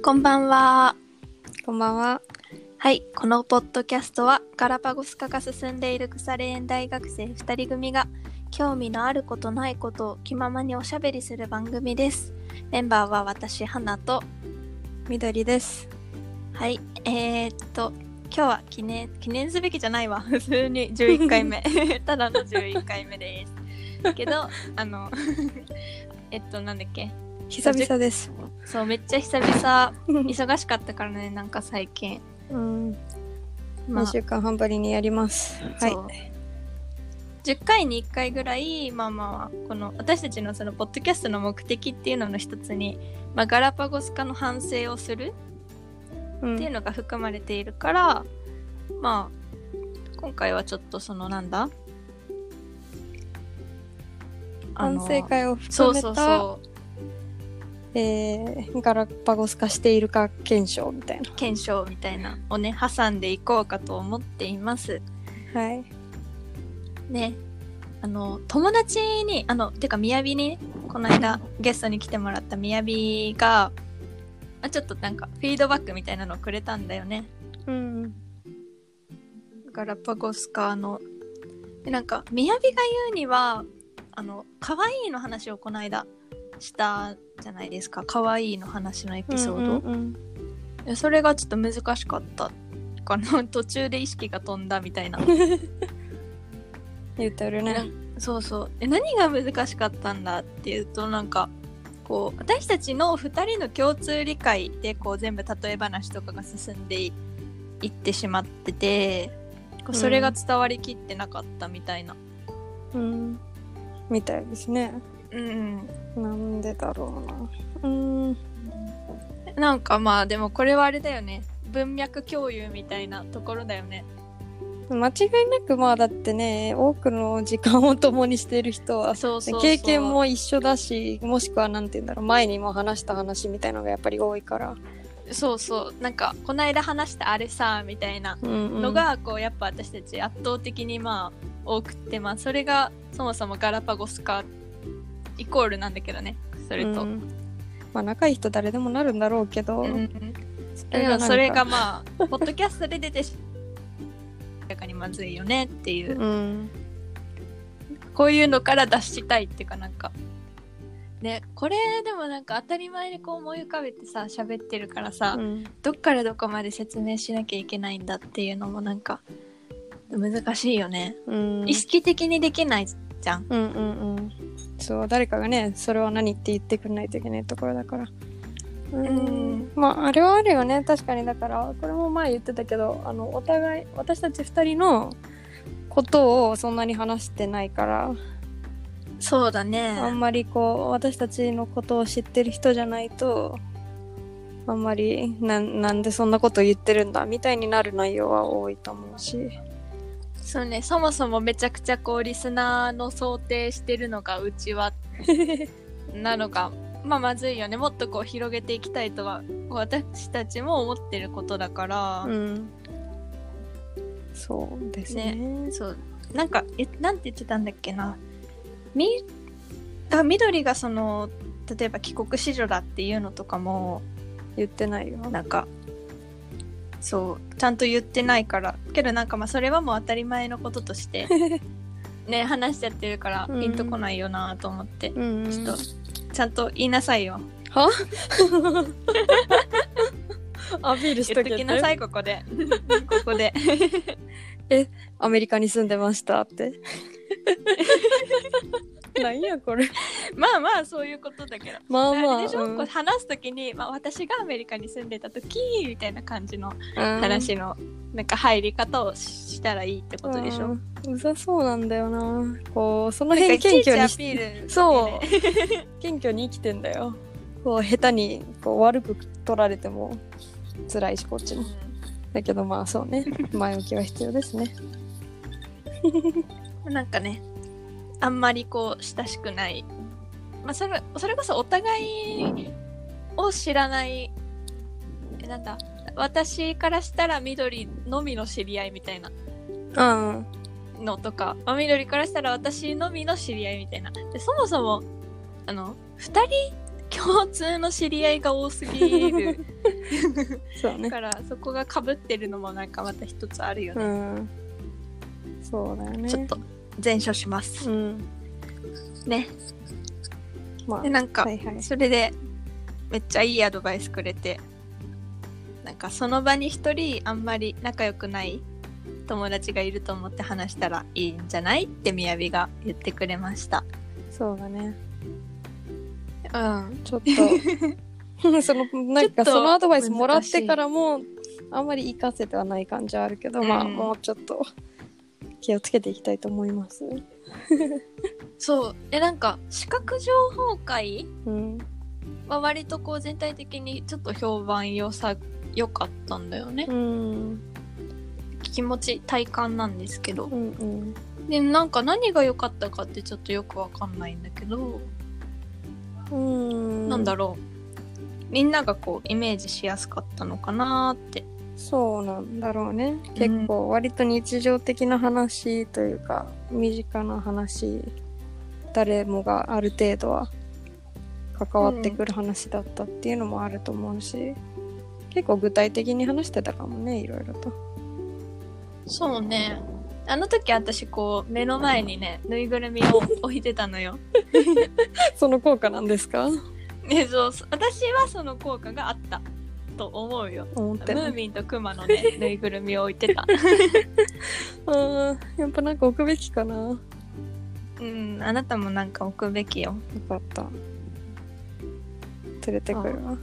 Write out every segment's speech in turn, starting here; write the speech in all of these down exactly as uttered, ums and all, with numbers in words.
こんばんは。 こんばんは。 はい、このポッドキャストはガラパゴス化が進んでいる腐れ縁大学生ふたり組が興味のあることないことを気ままにおしゃべりする番組です。メンバーは私、花と緑です。 はい、えー、っと今日は記念記念すべきじゃないわ。普通にじゅういっかいめただのじゅういっかいめですけどあのえっとなんだっけ久々です。 そうめっちゃ久々忙しかったからねなんか最近うん、 まあ、 にしゅうかんはんぶりにやります。はい。 じゅっかいにいっかいぐらいまあまあこの私たちのそのポッドキャストの目的っていうのの一つに、まあ、ガラパゴス化の反省をするっていうのが含まれているから、うん、まあ今回はちょっとそのなんだ反省会を含めたそうそうそうえー、ガラパゴス化しているか検証みたいな検証みたいなをね挟んでいこうかと思っています。 はいね、あの友達にあのてかみやびに、ね、この間ゲストに来てもらったみやびがあちょっとなんかフィードバックみたいなのをくれたんだよね。 うんガラパゴス化のでなんかみやびが言うにはあの可愛いの話をこの間したじゃないですか。可愛いの話のエピソード、うんうん、それがちょっと難しかったかな。途中で意識が飛んだみたいな言ってるね。 そうそうえ何が難しかったんだっていうとなんかこう私たちのふたりの共通理解でこう全部例え話とかが進んでいってしまっててこうそれが伝わりきってなかったみたいな、 うん、みたいですね。 うんなんでだろうな。うんなんかまあでもこれはあれだよね文脈共有みたいなところだよね。 間違いなくまあだってね多くの時間を共にしている人はそうそうそう経験も一緒だしもしくはなんて言うんだろう前にも話した話みたいなのがやっぱり多いからそうそうなんかこの間話したあれさみたいなのが、うんうん、こうやっぱ私たち圧倒的にまあ多くってまあそれがそもそもガラパゴス化イコールなんだけどねそれと、うん、 まあ仲いい人誰でもなるんだろうけど、うん、 それがそれがまあポッドキャストで出て明らかにまずいよねっていう、うん、こういうのから脱したいっていうかなんかねこれでもなんか当たり前にこう思い浮かべてさ喋ってるからさ、うん、どっからどこまで説明しなきゃいけないんだっていうのもなんか難しいよね、うん、意識的にできないじゃん、 うんうんうん、そう誰かがねそれは何って言ってくれないといけないところだからうんうんまああれはあるよね確かに。だからこれも前言ってたけどあのお互い私たちふたりのことをそんなに話してないからそうだねあんまりこう私たちのことを知ってる人じゃないとあんまり な, なんでそんなこと言ってるんだみたいになる内容は多いと思うしそうねそもそもめちゃくちゃこうリスナーの想定してるのがうちはなのがまあまずいよね。もっとこう広げていきたいとは私たちも思ってることだから、うん、 そうですね。 ねそうなんかえなんて言ってたんだっけなみあ緑がその例えば帰国子女だっていうのとかも言ってないよ。 なんかそうちゃんと言ってないからけどなんかまあそれはもう当たり前のこととしてね話しちゃってるからピンとこないよなと思って、うん、ちょっとちゃんと言いなさいよ。 はアピールしとけて。 言っときなさいここでここでえアメリカに住んでましたってなんやこれまあまあそういうことだけどまあまあ、 あれでしょ、うん、こう話すときに、まあ、私がアメリカに住んでたときみたいな感じの話の、うん、なんか入り方をしたらいいってことでしょ。 うん、うざそうなんだよなこうその辺謙虚にアピールそう謙虚に生きてんだよ。こう下手にこう悪く取られても辛いしこっちも、うん、だけどまあそうね前置きは必要ですねなんかねあんまりこう親しくない、まあ、それ、それこそお互いを知らないなんだ私からしたら緑のみの知り合いみたいなのとか、まあ、緑からしたら私のみの知り合いみたいなでそもそもあのふたり共通の知り合いが多すぎるそうね。 だからそこが被ってるのもなんかまた一つあるよね、うん、 そうだよね。 ちょっと前処します、うん、ね、まあ、でなんか、はいはい、それでめっちゃいいアドバイスくれて、なんかその場に一人あんまり仲良くない友達がいると思って話したらいいんじゃないってみやびが言ってくれました。 そうだね。 うん、 ちょっとそのなんかそのアドバイスもらってからもあんまり活かせてはない感じはあるけど、うん、まあもうちょっと気をつけていきたいと思いますそうでなんか視覚情報会は割とこう全体的にちょっと評判良さ良かったんだよね、うん、気持ち体感なんですけど、うんうん、でなんか何が良かったかってちょっとよくわかんないんだけど、うーんなんだろう、みんながこうイメージしやすかったのかなって。 そうなんだろうね。結構割と日常的な話というか、うん、身近な話、誰もがある程度は関わってくる話だったっていうのもあると思うし、うん、結構具体的に話してたかもね、いろいろと。 そうね、あの時私こう目の前にねぬいぐるみを置いてたのよその効果なんですか？ ね、そう私はその効果があったと思うよ。ムーミンとクマのねぬいぐるみを置いてたあやっぱなんか置くべきかな。 うん、あなたもなんか置くべきよ。 よかった、連れてくるわ。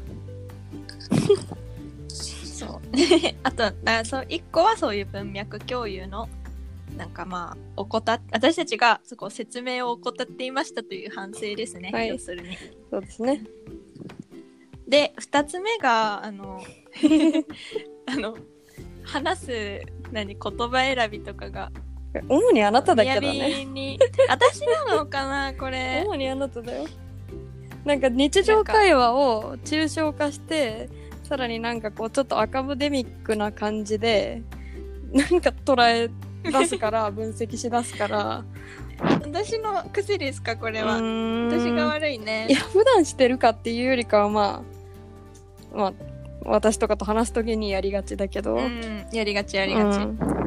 そうあとあそういっこはそういう文脈共有のなんかまあ怠っ私たちがそこ説明を怠っていましたという反省ですね、はい、要するに。 そうですね。 でふたつめがあのあの話す何言葉選びとかが主にあなただけどね。 に私なのかなこれ。 主にあなただよ。なんか日常会話を抽象化してさらになんかこうちょっとアカデミックな感じでなんか捉え出すから分析し出すから私の癖ですかこれは。私が悪いね。 いや普段してるかっていうよりかはまあまあ私とかと話す時にやりがちだけど、うん、 やりがちやりがち、うん、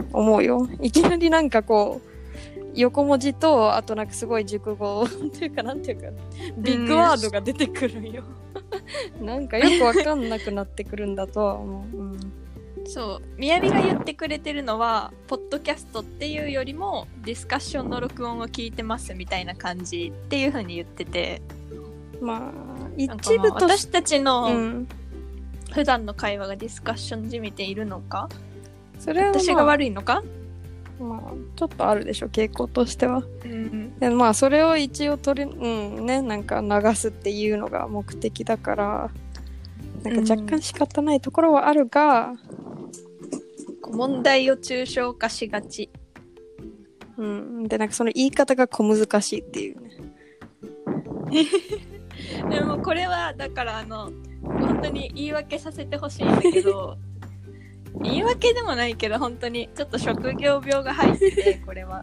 思うよ。いきなりなんかこう横文字とあとなんかすごい熟語っていうかなんていうかビッグワードが出てくるよなんかよくわかんなくなってくるんだとは思う、うん、 そうみやびが言ってくれてるのはポッドキャストっていうよりもディスカッションの録音を聞いてますみたいな感じっていう風に言ってて、 まあ一部と私たちの、うん普段の会話がディスカッションじみているのか、それは、まあ、私が悪いのか、 まあちょっとあるでしょ傾向としては、うん、でまあそれを一応取りうんねなんか流すっていうのが目的だからなんか若干仕方ないところはあるが、 うん、問題を抽象化しがち、 うん、でなんかその言い方が小難しいっていうねでもこれはだからあの本当に言い訳させてほしいんだけど言い訳でもないけど本当にちょっと職業病が入っててこれは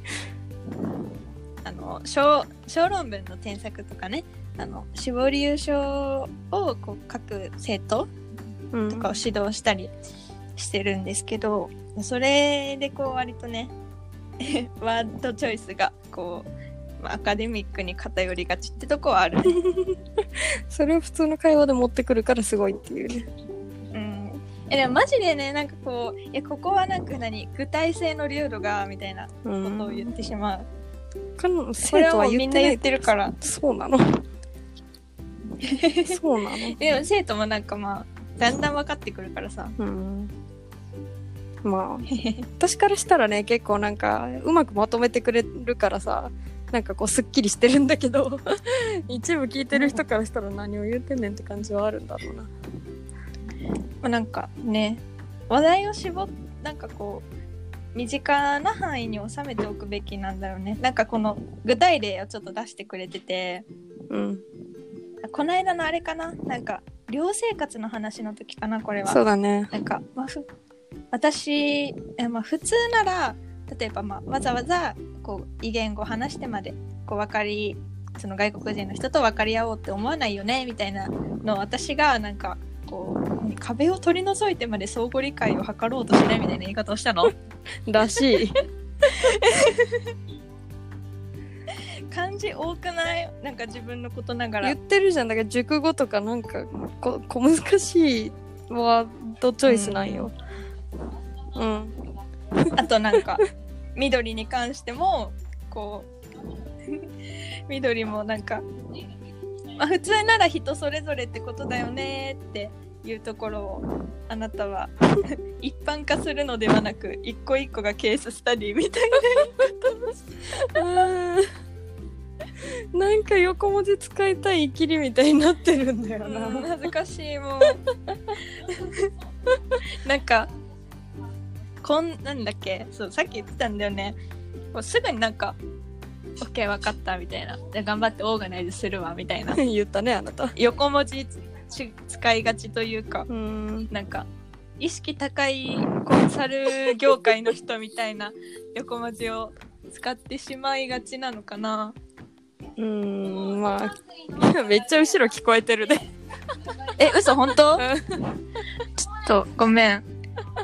あの 小, 小論文の添削とかねあの死亡理由書をこう書く生徒とかを指導したりしてるんですけど、うん、それでこう割とねワードチョイスがこうアカデミックに偏りがちってとこはあるねそれを普通の会話で持ってくるからすごいっていうね。 うん。えでもマジでねなんかこういやここはなんか何具体性の流度がみたいなことを言ってしまう。 うん、生徒はみんな言ってるから。 そうなの。そうなの。 でも生徒もなんかまあだんだん分かってくるからさ。 うん。まあ私からしたらね結構なんかうまくまとめてくれるからさ。なんかこうすっきりしてるんだけど一部聞いてる人からしたら何を言ってんねんって感じはあるんだろうな。まあ、なんかね話題を絞っなんかこう身近な範囲に収めておくべきなんだよね。なんかこの具体例をちょっと出してくれてて、うん、この間のあれかななんか寮生活の話の時かなこれは。 そうだね。 なんか、まあ、ふ私、えまあ、普通なら例えば、まあ、わざわざこう異言語話してまでこう分かりその外国人の人と分かり合おうって思わないよねみたいなのを私がなんかこう壁を取り除いてまで相互理解を図ろうとしないみたいな言い方をしたのらしい漢字多くない？なんか自分のことながら言ってるじゃん。だから熟語とかなんかこ小難しいワードチョイスなんよ。うん、 うん、あとなんか緑に関してもこう緑もなんか、まあ、普通なら人それぞれってことだよねっていうところをあなたは一般化するのではなく一個一個がケーススタディみたいななんか横文字使いたいイキリみたいになってるんだよな、 うん、恥ずかしいもうなんかこんなんだっけ、そうさっき言ってたんだよね、もうすぐになんか OK 分かったみたいな、で頑張ってオーガナイズするわみたいな言ったねあなた。 横文字使いがちというか、 うん、 なんか意識高いコンサル業界の人みたいな横文字を使ってしまいがちなのかな。 うーん、まあめっちゃ後ろ聞こえてるねえ、嘘本当？ちょっとごめん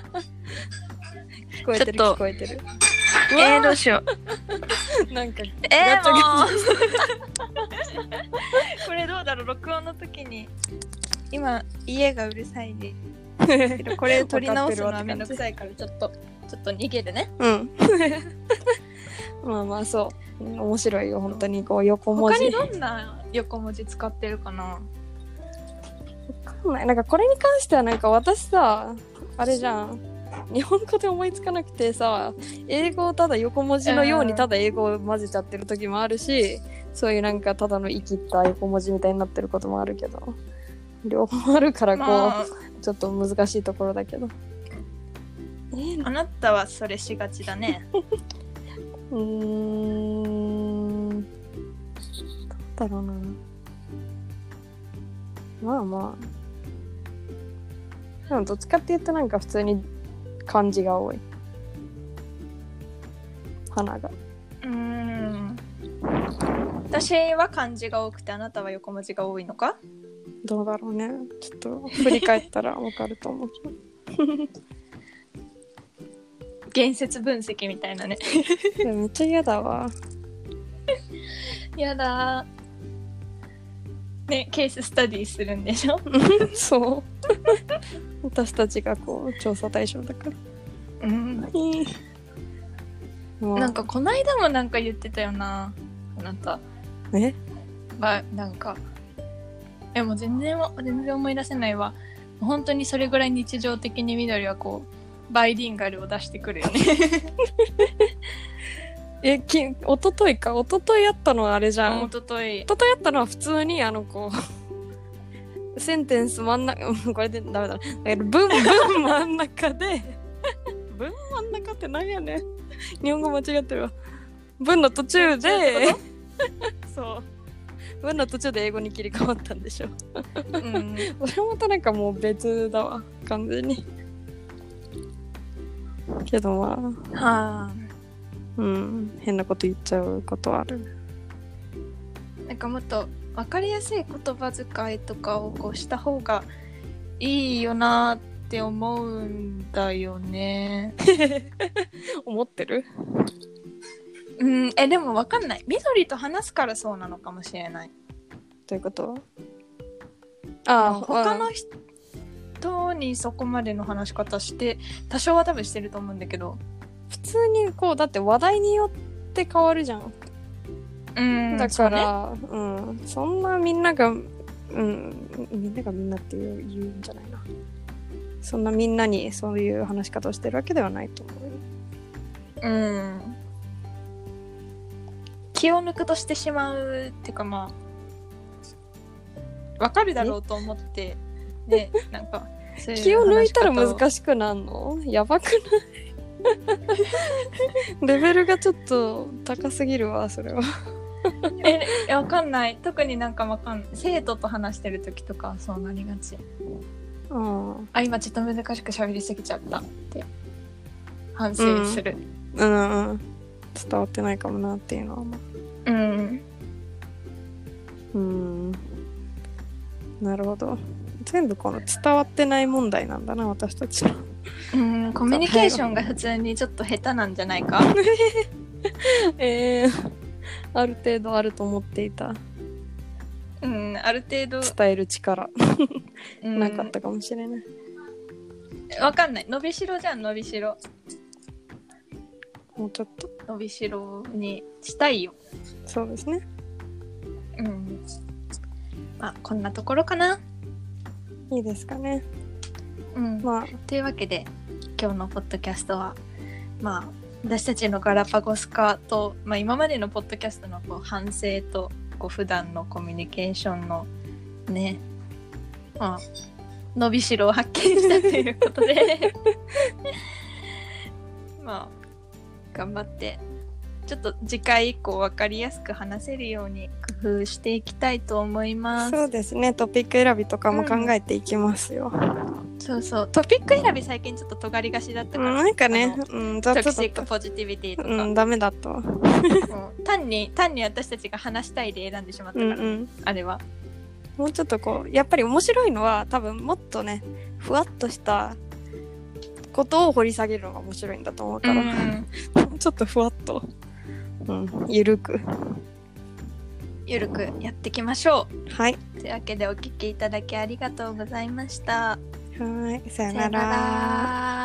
聞こえてる聞こえてる。 えー、どうしようなんかえー、もうこれどうだろう、録音の時に今家がうるさいでこれ取り直すのはめんどくさいからちょっとちょっと逃げるね。 うんまあまあそう面白いよ本当にこう横文字。 他にどんな横文字使ってるかな。わかんない。なんかこれに関してはなんか私さあれじゃん、日本語で思いつかなくてさ、英語をただ横文字のようにただ英語を混ぜちゃってる時もあるし、そういうなんかただの生きった横文字みたいになってることもあるけど、両方あるからこう、まあ、ちょっと難しいところだけど。 えー、あなたはそれしがちだねうーん、どうだろうな。まあまあでもどっちかっていうとなんか普通に漢字が多い。花が。 うーん。私は漢字が多くてあなたは横文字が多いのか？ どうだろうね。ちょっと振り返ったらわかると思う。 言説分析みたいなね。 めっちゃ嫌だわ。 やだね、ケーススタディするんでしょそう私たちがこう調査対象だから。うん、 まあ、なんかこないだもなんか言ってたよなあなた。 えまあなんかえもう全然全然思い出せないわ。本当にそれぐらい日常的に緑はこうバイリンガルを出してくるよねえきおとといかおとといやったのはあれじゃん。 おとといおとといやったのは普通にあのこうセンテンス真ん中これでダメだ文文真ん中で文真ん中って何やねん日本語間違ってるわ。文の途中でそう文の途中で英語に切り替わったんでしょうん、それまたなんかもう別だわ完全に。けどまあはあうん、変なこと言っちゃうことはある。 なんかもっと分かりやすい言葉遣いとかをこうした方がいいよなって思うんだよね思ってる？ うんえでも分かんない。緑と話すからそうなのかもしれない。 どういうこと？ああ他の人にそこまでの話し方して多少は多分してると思うんだけど、 普通にこうだって話題によって変わるじゃん。うんだから う、ね、うん、そんなみんながうんみんながみんなって言う、言うんじゃないな。そんなみんなにそういう話し方をしてるわけではないと思う。 うん気を抜くとしてしまうっていうかまあわかるだろうと思ってでなんかそういう気を抜いたら難しくなるの？やばくない？レベルがちょっと高すぎるわそれはえわかんない。特になんかわかんない。生徒と話してる時とかそうなりがち。 うんあ今ちょっと難しく喋りすぎちゃったって反省する。 うん、うん、伝わってないかもなっていうのはまあうんうん、なるほど。全部この伝わってない問題なんだな、私たちの。 うん、コミュニケーションが普通にちょっと下手なんじゃないか。 えー、ある程度あると思っていた。 うん、ある程度伝える力なかったかもしれない。 わかんない。伸びしろじゃん、伸びしろ。 もうちょっと伸びしろにしたいよ。 そうですね。 うん。まあこんなところかな。 いいですかね。 うん。まあというわけで今日のポッドキャストはまあ私たちのガラパゴス化と、まあ、今までのポッドキャストのこう反省とこう普段のコミュニケーションのね、まあ、伸びしろを発見したということでまあ頑張ってちょっと次回以降分かりやすく話せるように工夫していきたいと思います。 そうですね。トピック選びとかも考えていきますよ。うん、 そうそうトピック選び最近ちょっと尖りがちだったから、 うん、なんかね、うん、 トキシックポジティビティとか、 うん、ダメだったわ単に単に私たちが話したいで選んでしまったから、ね、うんうん、あれはもうちょっとこうやっぱり面白いのは多分もっとねふわっとしたことを掘り下げるのが面白いんだと思うから、うん、ちょっとふわっと、うん、ゆるくゆるくやっていきましょう。はい。 というわけでお聞きいただきありがとうございました。 はい、さよなら。